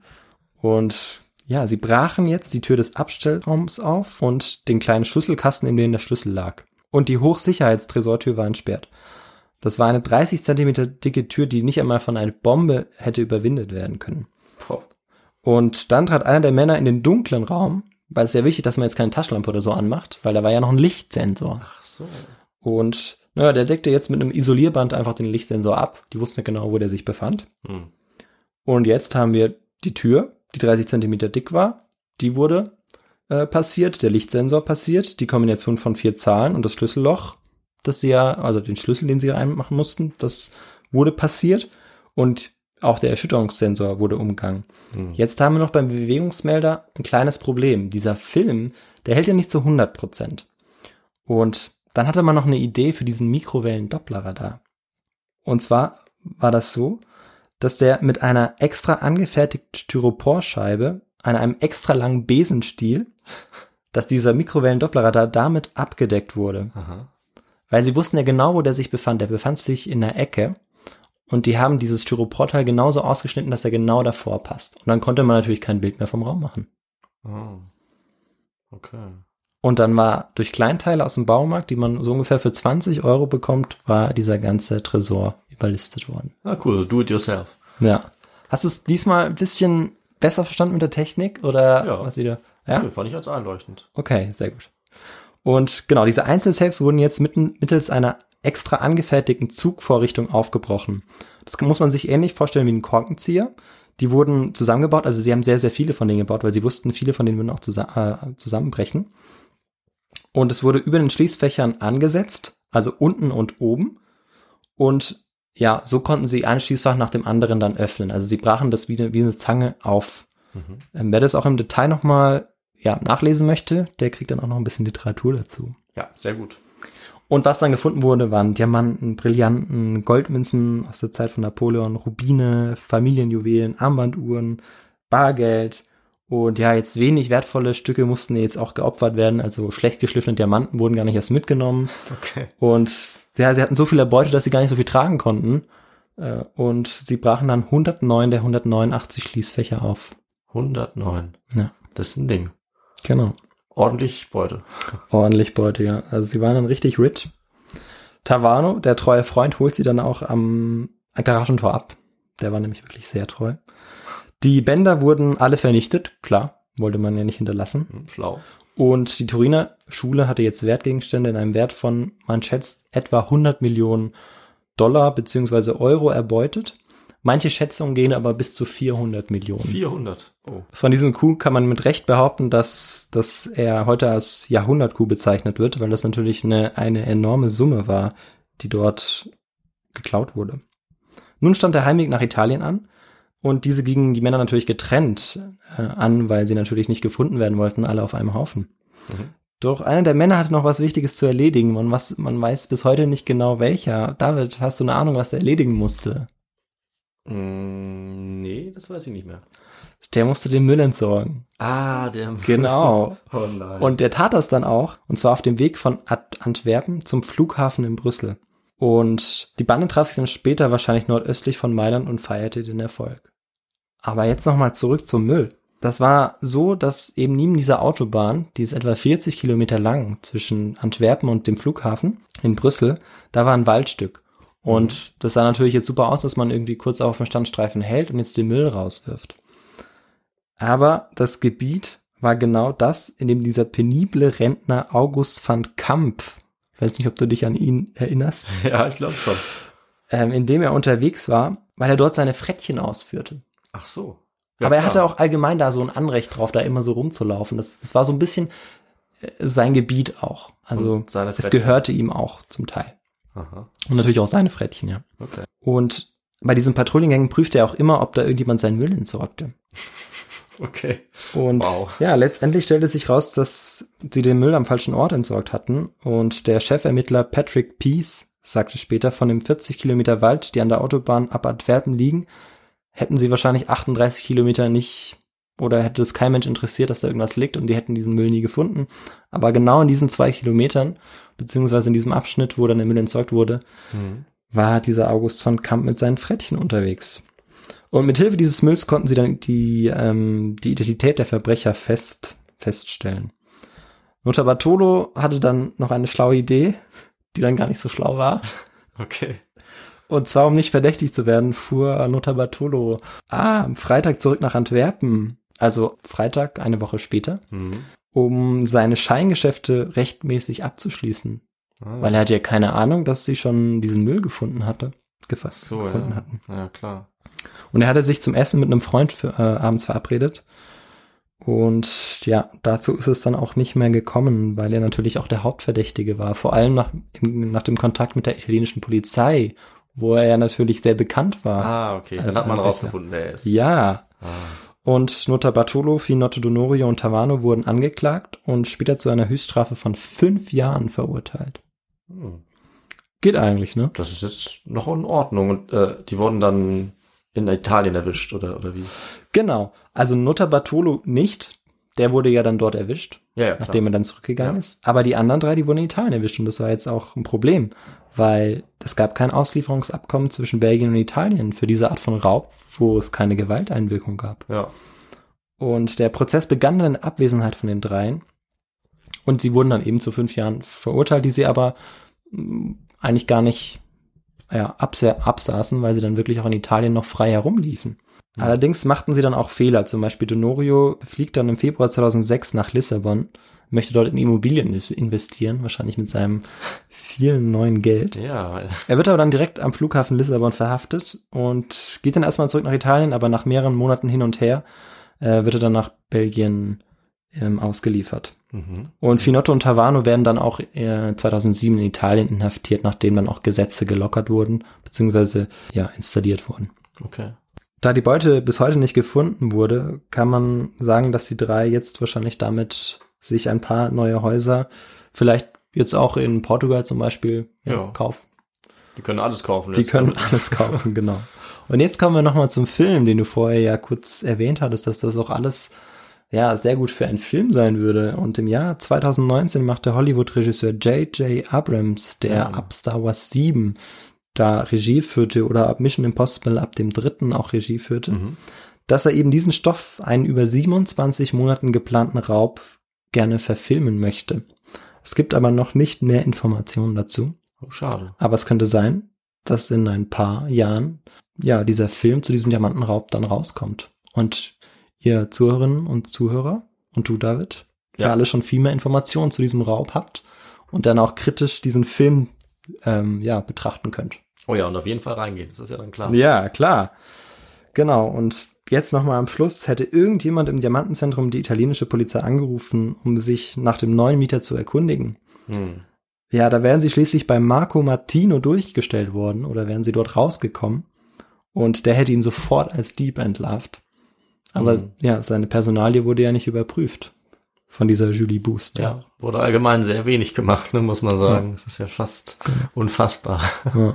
[SPEAKER 5] Und ja, sie brachen jetzt die Tür des Abstellraums auf und den kleinen Schlüsselkasten, in dem der Schlüssel lag. Und die Hochsicherheitstresortür war entsperrt. Das war eine dreißig Zentimeter dicke Tür, die nicht einmal von einer Bombe hätte überwindet werden können.
[SPEAKER 4] Boah.
[SPEAKER 5] Und dann trat einer der Männer in den dunklen Raum, weil es ist ja wichtig, dass man jetzt keine Taschenlampe oder so anmacht, weil da war ja noch ein Lichtsensor.
[SPEAKER 4] Ach so.
[SPEAKER 5] Und naja, der deckte jetzt mit einem Isolierband einfach den Lichtsensor ab. Die wussten ja genau, wo der sich befand.
[SPEAKER 4] Hm.
[SPEAKER 5] Und jetzt haben wir die Tür, die dreißig Zentimeter dick war. Die wurde äh, passiert, der Lichtsensor passiert, die Kombination von vier Zahlen und das Schlüsselloch, das sie ja, also den Schlüssel, den sie reinmachen mussten, das wurde passiert. Und auch der Erschütterungssensor wurde umgangen.
[SPEAKER 4] Hm.
[SPEAKER 5] Jetzt haben wir noch beim Bewegungsmelder ein kleines Problem. Dieser Film, der hält ja nicht zu hundert Prozent. Und dann hatte man noch eine Idee für diesen Mikrowellen-Dopplerradar. Und zwar war das so, dass der mit einer extra angefertigten Styroporscheibe an einem extra langen Besenstiel, dass dieser Mikrowellen-Dopplerradar damit abgedeckt wurde.
[SPEAKER 4] Aha.
[SPEAKER 5] Weil sie wussten ja genau, wo der sich befand. Der befand sich in der Ecke. Und die haben dieses Styroporteil genauso ausgeschnitten, dass er genau davor passt. Und dann konnte man natürlich kein Bild mehr vom Raum machen.
[SPEAKER 4] Oh. Okay.
[SPEAKER 5] Und dann war durch Kleinteile aus dem Baumarkt, die man so ungefähr für zwanzig Euro bekommt, war dieser ganze Tresor überlistet worden.
[SPEAKER 4] Ah, cool. Do it yourself.
[SPEAKER 5] Ja. Hast du es diesmal ein bisschen besser verstanden mit der Technik? Oder
[SPEAKER 4] Ja.
[SPEAKER 5] was wieder? Ja?
[SPEAKER 4] Ja, fand ich als einleuchtend.
[SPEAKER 5] Okay, sehr gut. Und genau, diese Einzelsafes wurden jetzt mitten, mittels einer extra angefertigten Zugvorrichtung aufgebrochen. Das muss man sich ähnlich vorstellen wie ein Korkenzieher. Die wurden zusammengebaut, also sie haben sehr, sehr viele von denen gebaut, weil sie wussten, viele von denen würden auch zusammen, äh, zusammenbrechen. Und es wurde über den Schließfächern angesetzt, also unten und oben. Und ja, so konnten sie ein Schließfach nach dem anderen dann öffnen. Also sie brachen das wie eine, wie eine Zange auf.
[SPEAKER 4] Mhm.
[SPEAKER 5] Ähm, wer das auch im Detail nochmal ja, nachlesen möchte, der kriegt dann auch noch ein bisschen Literatur dazu.
[SPEAKER 4] Ja, sehr gut.
[SPEAKER 5] Und was dann gefunden wurde, waren Diamanten, Brillanten, Goldmünzen aus der Zeit von Napoleon, Rubine, Familienjuwelen, Armbanduhren, Bargeld. Und ja, jetzt wenig wertvolle Stücke mussten jetzt auch geopfert werden. Also schlecht geschliffene Diamanten wurden gar nicht erst mitgenommen.
[SPEAKER 4] Okay.
[SPEAKER 5] Und ja, sie hatten so viel Erbeute, dass sie gar nicht so viel tragen konnten. Äh, Und sie brachen dann hundertneun der hundertneunundachtzig Schließfächer auf.
[SPEAKER 4] hundertneun.
[SPEAKER 5] Ja,
[SPEAKER 4] Das ist ein Ding.
[SPEAKER 5] genau.
[SPEAKER 4] Ordentlich Beute.
[SPEAKER 5] Ordentlich Beute, ja. Also sie waren dann richtig rich. Tavano, der treue Freund, holt sie dann auch am Garagentor ab. Der war nämlich wirklich sehr treu. Die Bänder wurden alle vernichtet, klar, wollte man ja nicht hinterlassen.
[SPEAKER 4] Hm, schlau.
[SPEAKER 5] Und die Turiner Schule hatte jetzt Wertgegenstände in einem Wert von, man schätzt, etwa hundert Millionen Dollar beziehungsweise Euro erbeutet. Manche Schätzungen gehen aber bis zu vierhundert Millionen.
[SPEAKER 4] vierhundert. Oh.
[SPEAKER 5] Von diesem Coup kann man mit Recht behaupten, dass, dass er heute als Jahrhundert-Coup bezeichnet wird, weil das natürlich eine, eine enorme Summe war, die dort geklaut wurde. Nun stand der Heimweg nach Italien an und diese gingen die Männer natürlich getrennt äh, an, weil sie natürlich nicht gefunden werden wollten, alle auf einem Haufen.
[SPEAKER 4] Mhm.
[SPEAKER 5] Doch einer der Männer hatte noch was Wichtiges zu erledigen und was, man weiß bis heute nicht genau welcher. David, hast du eine Ahnung, was der erledigen musste?
[SPEAKER 4] Mm, nee, das weiß ich nicht mehr.
[SPEAKER 5] Der musste den Müll entsorgen.
[SPEAKER 4] Ah, der...
[SPEAKER 5] Genau.
[SPEAKER 4] Oh nein.
[SPEAKER 5] Und der tat das dann auch, und zwar auf dem Weg von Ad- Antwerpen zum Flughafen in Brüssel. Und die Bande traf sich dann später wahrscheinlich nordöstlich von Mailand und feierte den Erfolg. Aber jetzt nochmal zurück zum Müll. Das war so, dass eben neben dieser Autobahn, die ist etwa vierzig Kilometer lang zwischen Antwerpen und dem Flughafen in Brüssel, da war ein Waldstück. Und mhm. das sah natürlich jetzt super aus, dass man irgendwie kurz auf dem Standstreifen hält und jetzt den Müll rauswirft. Aber das Gebiet war genau das, in dem dieser penible Rentner August van Camp, ich weiß nicht, ob du dich an ihn erinnerst.
[SPEAKER 4] Ja, ich glaube schon.
[SPEAKER 5] Ähm, in dem er unterwegs war, weil er dort seine Frettchen ausführte.
[SPEAKER 4] Ach so. Ja,
[SPEAKER 5] aber er
[SPEAKER 4] klar.
[SPEAKER 5] hatte auch allgemein da so ein Anrecht drauf, da immer so rumzulaufen. Das, das war so ein bisschen äh, sein Gebiet auch. Also es gehörte ihm auch zum Teil.
[SPEAKER 4] Aha.
[SPEAKER 5] Und natürlich auch seine Frettchen, ja.
[SPEAKER 4] Okay.
[SPEAKER 5] Und bei diesen Patrouillengängen prüfte er auch immer, ob da irgendjemand seinen Müll entsorgte.
[SPEAKER 4] Okay.
[SPEAKER 5] Und
[SPEAKER 4] wow.
[SPEAKER 5] ja, letztendlich stellte sich raus, dass sie den Müll am falschen Ort entsorgt hatten. Und der Chefermittler Patrick Peace sagte später, von dem vierzig Kilometer Wald, die an der Autobahn ab Antwerpen liegen, hätten sie wahrscheinlich achtunddreißig Kilometer nicht, oder hätte es kein Mensch interessiert, dass da irgendwas liegt und die hätten diesen Müll nie gefunden. Aber genau in diesen zwei Kilometern, beziehungsweise in diesem Abschnitt, wo dann der Müll entsorgt wurde, mhm. war dieser August van Camp mit seinen Frettchen unterwegs. Und mit Hilfe dieses Mülls konnten sie dann die, ähm, die Identität der Verbrecher fest, feststellen. Lothar Bartholo hatte dann noch eine schlaue Idee, die dann gar nicht so schlau war.
[SPEAKER 4] Okay.
[SPEAKER 5] Und zwar, um nicht verdächtig zu werden, fuhr Lothar Bartholo ah, am Freitag zurück nach Antwerpen, also Freitag, eine Woche später, mhm. um seine Scheingeschäfte rechtmäßig abzuschließen. Ah. Weil er hatte ja keine Ahnung, dass sie schon diesen Müll gefunden hatte, gefasst
[SPEAKER 4] so,
[SPEAKER 5] gefunden
[SPEAKER 4] ja.
[SPEAKER 5] hatten.
[SPEAKER 4] Ja, klar.
[SPEAKER 5] Und er hatte sich zum Essen mit einem Freund für, äh, abends verabredet. Und ja, dazu ist es dann auch nicht mehr gekommen, weil er natürlich auch der Hauptverdächtige war. Vor allem nach, im, nach dem Kontakt mit der italienischen Polizei, wo er ja natürlich sehr bekannt war.
[SPEAKER 4] Ah, okay. Dann hat man rausgefunden, wer er ist.
[SPEAKER 5] Ja.
[SPEAKER 4] Ah.
[SPEAKER 5] Und Lothar Bartholo, Finotto Donorio und Tavano wurden angeklagt und später zu einer Höchststrafe von fünf Jahren verurteilt.
[SPEAKER 4] Hm.
[SPEAKER 5] Geht eigentlich, ne?
[SPEAKER 4] Das ist jetzt noch in Ordnung. Und äh, die wurden dann in Italien erwischt, oder, oder wie?
[SPEAKER 5] Genau. Also Lothar Bartholo nicht. Der wurde ja dann dort erwischt,
[SPEAKER 4] ja, ja,
[SPEAKER 5] nachdem er dann zurückgegangen
[SPEAKER 4] ja.
[SPEAKER 5] ist. Aber die anderen drei, die wurden in Italien erwischt. Und das war jetzt auch ein Problem, weil es gab kein Auslieferungsabkommen zwischen Belgien und Italien für diese Art von Raub, wo es keine Gewalteinwirkung gab.
[SPEAKER 4] Ja.
[SPEAKER 5] Und der Prozess begann dann in Abwesenheit von den dreien. Und sie wurden dann eben zu fünf Jahren verurteilt, die sie aber mh, eigentlich gar nicht ja, absa- absaßen, weil sie dann wirklich auch in Italien noch frei herumliefen. Mhm. Allerdings machten sie dann auch Fehler. Zum Beispiel Donorio fliegt dann im Februar zweitausendsechs nach Lissabon, möchte dort in Immobilien investieren, wahrscheinlich mit seinem vielen neuen Geld.
[SPEAKER 4] Ja.
[SPEAKER 5] Er wird aber dann direkt am Flughafen Lissabon verhaftet und geht dann erstmal zurück nach Italien, aber nach mehreren Monaten hin und her äh, wird er dann nach Belgien ähm, ausgeliefert. Mhm. Und Finotto und Tavano werden dann auch äh, zweitausendsieben in Italien inhaftiert, nachdem dann auch Gesetze gelockert wurden, beziehungsweise ja installiert wurden.
[SPEAKER 4] Okay.
[SPEAKER 5] Da die Beute bis heute nicht gefunden wurde, kann man sagen, dass die drei jetzt wahrscheinlich damit sich ein paar neue Häuser, vielleicht jetzt auch in Portugal zum Beispiel, ja, ja. kaufen.
[SPEAKER 4] Die können alles kaufen.
[SPEAKER 5] Die können alles kaufen, genau. Und jetzt kommen wir nochmal zum Film, den du vorher ja kurz erwähnt hattest, dass das auch alles ja sehr gut für einen Film sein würde. Und im Jahr zweitausendneunzehn machte Hollywood-Regisseur J J Abrams, der ja. ab Star Wars sieben da Regie führte oder ab Mission Impossible ab dem dritten auch Regie führte, mhm. dass er eben diesen Stoff, einen über siebenundzwanzig Monaten geplanten Raub, gerne verfilmen möchte. Es gibt aber noch nicht mehr Informationen dazu.
[SPEAKER 4] Oh, schade.
[SPEAKER 5] Aber es könnte sein, dass in ein paar Jahren ja dieser Film zu diesem Diamantenraub dann rauskommt. Und ihr Zuhörerinnen und Zuhörer und du, David, ja alle schon viel mehr Informationen zu diesem Raub habt und dann auch kritisch diesen Film ähm, ja betrachten könnt.
[SPEAKER 4] Oh ja, und auf jeden Fall reingehen, das ist ja dann klar.
[SPEAKER 5] Ja, klar. Genau, und jetzt nochmal am Schluss, hätte irgendjemand im Diamantenzentrum die italienische Polizei angerufen, um sich nach dem neuen Mieter zu erkundigen. Hm. Ja, da wären sie schließlich bei Marco Martino durchgestellt worden oder wären sie dort rausgekommen und der hätte ihn sofort als Dieb entlarvt. Aber hm. ja, seine Personalie wurde ja nicht überprüft von dieser Julie Boost.
[SPEAKER 4] Ja, wurde allgemein sehr wenig gemacht, ne, muss man sagen. Ja. Das ist ja fast unfassbar.
[SPEAKER 5] Ja.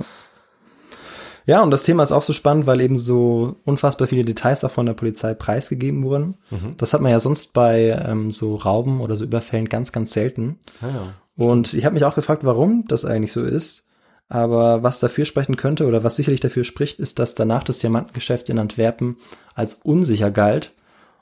[SPEAKER 5] Ja, und das Thema ist auch so spannend, weil eben so unfassbar viele Details auch von der Polizei preisgegeben wurden. Mhm. Das hat man ja sonst bei ähm, so Rauben oder so Überfällen ganz, ganz selten.
[SPEAKER 4] Ah, ja.
[SPEAKER 5] Und
[SPEAKER 4] Stimmt.
[SPEAKER 5] ich habe mich auch gefragt, warum das eigentlich so ist. Aber was dafür sprechen könnte oder was sicherlich dafür spricht, ist, dass danach das Diamantengeschäft in Antwerpen als unsicher galt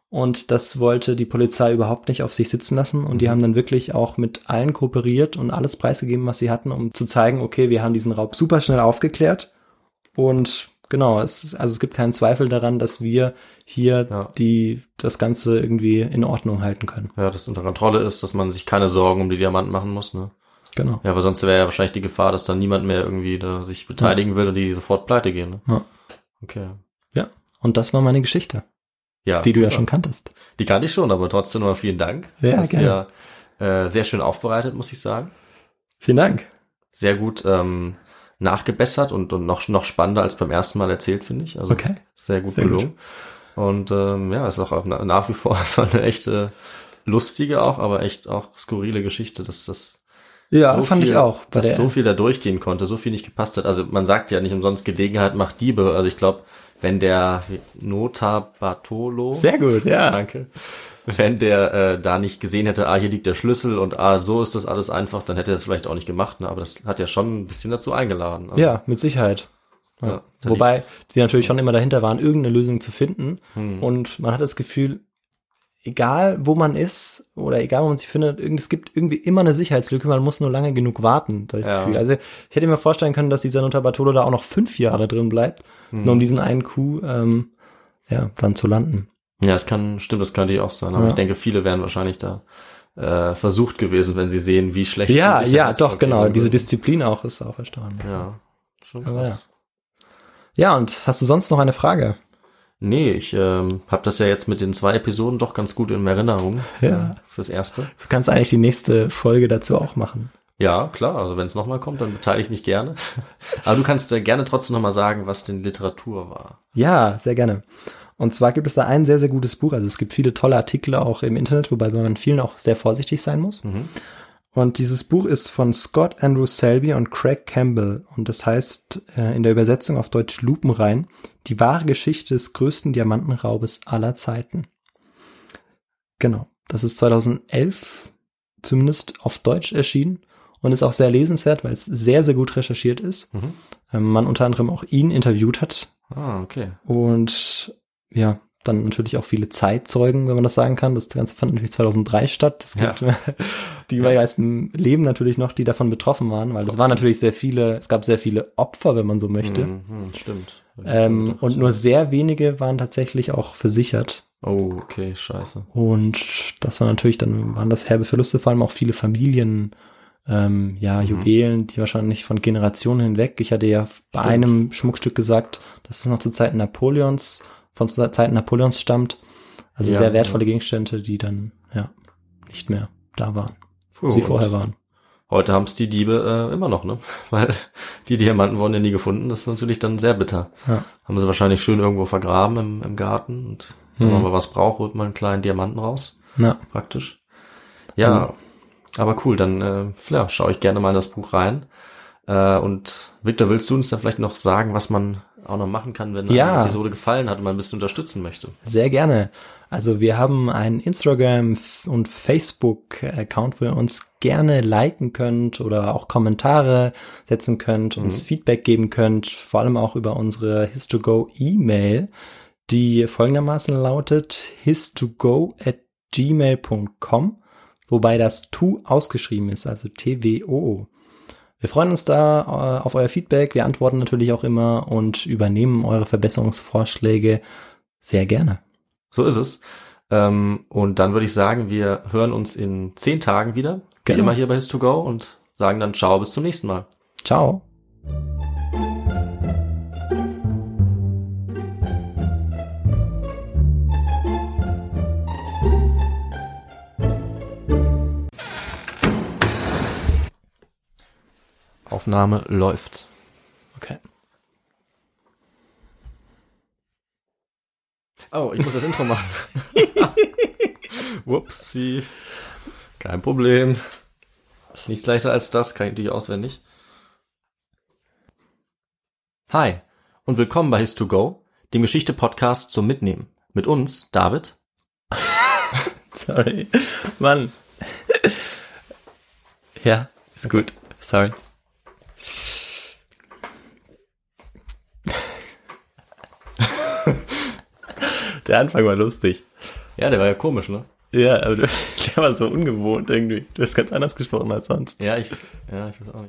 [SPEAKER 5] Und das wollte die Polizei überhaupt nicht auf sich sitzen lassen. Und die haben dann wirklich auch mit allen kooperiert und alles preisgegeben, was sie hatten, um zu zeigen, okay, wir haben diesen Raub super schnell aufgeklärt. Und genau, es ist, also es gibt keinen Zweifel daran, dass wir hier
[SPEAKER 4] Ja.
[SPEAKER 5] die das Ganze irgendwie in Ordnung halten können.
[SPEAKER 4] Ja, dass unter Kontrolle ist, dass man sich keine Sorgen um die Diamanten machen muss, ne?
[SPEAKER 5] Genau.
[SPEAKER 4] Ja, aber sonst wäre ja wahrscheinlich die Gefahr, dass dann niemand mehr irgendwie da sich beteiligen will und die sofort pleite gehen, ne?
[SPEAKER 5] Ja.
[SPEAKER 4] Okay.
[SPEAKER 5] Ja. Und das war meine Geschichte,
[SPEAKER 4] Ja.
[SPEAKER 5] die du ja
[SPEAKER 4] super.
[SPEAKER 5] schon kanntest.
[SPEAKER 4] Die kannte ich schon, aber trotzdem nochmal vielen Dank.
[SPEAKER 5] Ja,
[SPEAKER 4] Hast
[SPEAKER 5] gerne.
[SPEAKER 4] du ja äh, sehr schön aufbereitet, muss ich sagen.
[SPEAKER 5] Vielen Dank.
[SPEAKER 4] Sehr gut ähm, nachgebessert und, und noch noch spannender als beim ersten Mal erzählt, finde ich. Also
[SPEAKER 5] Okay.
[SPEAKER 4] sehr gut
[SPEAKER 5] Sehr
[SPEAKER 4] gelungen. Und ähm, ja, ist auch na, nach wie vor eine echte lustige auch, aber echt auch skurrile Geschichte, dass das
[SPEAKER 5] Ja,
[SPEAKER 4] so
[SPEAKER 5] fand
[SPEAKER 4] viel,
[SPEAKER 5] ich auch. Bei
[SPEAKER 4] dass
[SPEAKER 5] der,
[SPEAKER 4] so viel da durchgehen konnte, so viel nicht gepasst hat. Also man sagt ja nicht umsonst, Gelegenheit macht Diebe. Also ich glaube, wenn der Nota Bartolo,
[SPEAKER 5] Sehr gut, ja.
[SPEAKER 4] danke, wenn der äh, da nicht gesehen hätte, ah, hier liegt der Schlüssel und ah, so ist das alles einfach, dann hätte er das vielleicht auch nicht gemacht. Ne? Aber das hat ja schon ein bisschen dazu eingeladen. Also,
[SPEAKER 5] Ja, mit Sicherheit. Ja.
[SPEAKER 4] Ja, da
[SPEAKER 5] Wobei sie natürlich schon immer dahinter waren, irgendeine Lösung zu finden.
[SPEAKER 4] Hm.
[SPEAKER 5] Und man hat das Gefühl, egal wo man ist oder egal wo man sich findet, irgend, es gibt irgendwie immer eine Sicherheitslücke, man muss nur lange genug warten, das
[SPEAKER 4] Ja.
[SPEAKER 5] Gefühl. Also ich hätte mir vorstellen können, dass dieser Nota Bartolo da auch noch fünf Jahre drin bleibt,
[SPEAKER 4] Hm.
[SPEAKER 5] nur um diesen einen Coup ähm, ja, dann zu landen.
[SPEAKER 4] Ja, es kann, stimmt, das kann die auch sein. Aber
[SPEAKER 5] Ja.
[SPEAKER 4] ich denke, viele wären wahrscheinlich da äh, versucht gewesen, wenn sie sehen, wie schlecht
[SPEAKER 5] Ja,
[SPEAKER 4] die
[SPEAKER 5] ja, doch,
[SPEAKER 4] Sicherheitsvorkehrungen
[SPEAKER 5] genau. Diese
[SPEAKER 4] sind.
[SPEAKER 5] Disziplin auch ist auch erstaunlich.
[SPEAKER 4] Ja, schon
[SPEAKER 5] Aber
[SPEAKER 4] krass.
[SPEAKER 5] Ja, und hast du sonst noch eine Frage?
[SPEAKER 4] Nee, ich ähm, habe das ja jetzt mit den zwei Episoden doch ganz gut in Erinnerung.
[SPEAKER 5] Ja.
[SPEAKER 4] Äh, fürs Erste.
[SPEAKER 5] Du kannst eigentlich die nächste Folge dazu auch machen.
[SPEAKER 4] Ja, klar, also wenn es nochmal kommt, dann beteilige ich mich gerne. Aber du kannst äh, gerne trotzdem nochmal sagen, was denn Literatur war.
[SPEAKER 5] Ja, sehr gerne. Und zwar gibt es da ein sehr, sehr gutes Buch. Also es gibt viele tolle Artikel auch im Internet, wobei man vielen auch sehr vorsichtig sein muss.
[SPEAKER 4] Mhm.
[SPEAKER 5] Und dieses Buch ist von Scott Andrew Selby und Craig Campbell. Und das heißt äh, in der Übersetzung auf Deutsch Lupenrein, die wahre Geschichte des größten Diamantenraubes aller Zeiten. Genau. Das ist zweitausendelf zumindest auf Deutsch erschienen und ist auch sehr lesenswert, weil es sehr, sehr gut recherchiert ist.
[SPEAKER 4] Mhm.
[SPEAKER 5] Ähm, man unter anderem auch ihn interviewt hat.
[SPEAKER 4] Ah, okay.
[SPEAKER 5] Und ja, dann natürlich auch viele Zeitzeugen, wenn man das sagen kann. Das Ganze fand natürlich zweitausenddrei statt. Es gibt
[SPEAKER 4] Ja.
[SPEAKER 5] die meisten leben natürlich noch, die davon betroffen waren, weil es waren natürlich sehr viele, es gab sehr viele Opfer, wenn man so möchte.
[SPEAKER 4] Mhm, stimmt.
[SPEAKER 5] Ähm, und nur sehr wenige waren tatsächlich auch versichert.
[SPEAKER 4] Oh, okay, scheiße.
[SPEAKER 5] Und das war natürlich, dann waren das herbe Verluste, vor allem auch viele Familien, ähm, ja, Juwelen, die wahrscheinlich von Generationen hinweg. Ich hatte ja bei
[SPEAKER 4] Stimmt.
[SPEAKER 5] einem Schmuckstück gesagt, dass es noch zu Zeiten Napoleons, von zu Zeiten Napoleons stammt. Also
[SPEAKER 4] Ja,
[SPEAKER 5] sehr wertvolle
[SPEAKER 4] ja.
[SPEAKER 5] Gegenstände, die dann, ja, nicht mehr da waren, wo
[SPEAKER 4] Puh,
[SPEAKER 5] sie
[SPEAKER 4] und
[SPEAKER 5] vorher waren.
[SPEAKER 4] Heute haben es die Diebe äh, immer noch, ne? Weil die Diamanten wurden ja nie gefunden. Das ist natürlich dann sehr bitter.
[SPEAKER 5] Ja.
[SPEAKER 4] Haben sie wahrscheinlich schön irgendwo vergraben im, im Garten. Und wenn
[SPEAKER 5] Hm.
[SPEAKER 4] man mal was braucht, holt man einen kleinen Diamanten raus.
[SPEAKER 5] Ja.
[SPEAKER 4] Praktisch. Ja, aber cool. Dann äh, ja, schaue ich gerne mal in das Buch rein. Äh, und Victor, willst du uns da vielleicht noch sagen, was man auch noch machen kann, wenn
[SPEAKER 5] Ja.
[SPEAKER 4] eine Episode gefallen hat und man ein bisschen unterstützen möchte?
[SPEAKER 5] Sehr gerne. Also wir haben einen Instagram- und Facebook-Account, wo ihr uns gerne liken könnt oder auch Kommentare setzen könnt, uns
[SPEAKER 4] Mhm.
[SPEAKER 5] Feedback geben könnt, vor allem auch über unsere Histogo-E-Mail, die folgendermaßen lautet histogo at gmail punkt com, wobei das To ausgeschrieben ist, also T W O O. Wir freuen uns da äh, auf euer Feedback, wir antworten natürlich auch immer und übernehmen eure Verbesserungsvorschläge sehr gerne.
[SPEAKER 4] So ist es. Ähm, und dann würde ich sagen, wir hören uns in zehn Tagen wieder, wie
[SPEAKER 5] Genau.
[SPEAKER 4] immer hier bei His to Go, und sagen dann ciao, bis zum nächsten Mal.
[SPEAKER 5] Ciao.
[SPEAKER 4] Aufnahme läuft.
[SPEAKER 5] Okay.
[SPEAKER 4] Oh, ich muss das Intro machen. Whoopsie. Kein Problem. Nichts leichter als das, kann ich natürlich auswendig. Hi und willkommen bei His to Go, dem Geschichte-Podcast zum Mitnehmen. Mit uns, David.
[SPEAKER 5] Sorry. Mann. Ja, ist gut. Sorry. Der Anfang war lustig.
[SPEAKER 4] Ja, der war ja komisch, ne?
[SPEAKER 5] Ja, aber du, der war so ungewohnt irgendwie. Du hast ganz anders gesprochen als sonst.
[SPEAKER 4] Ja, ich, ja, ich weiß auch nicht.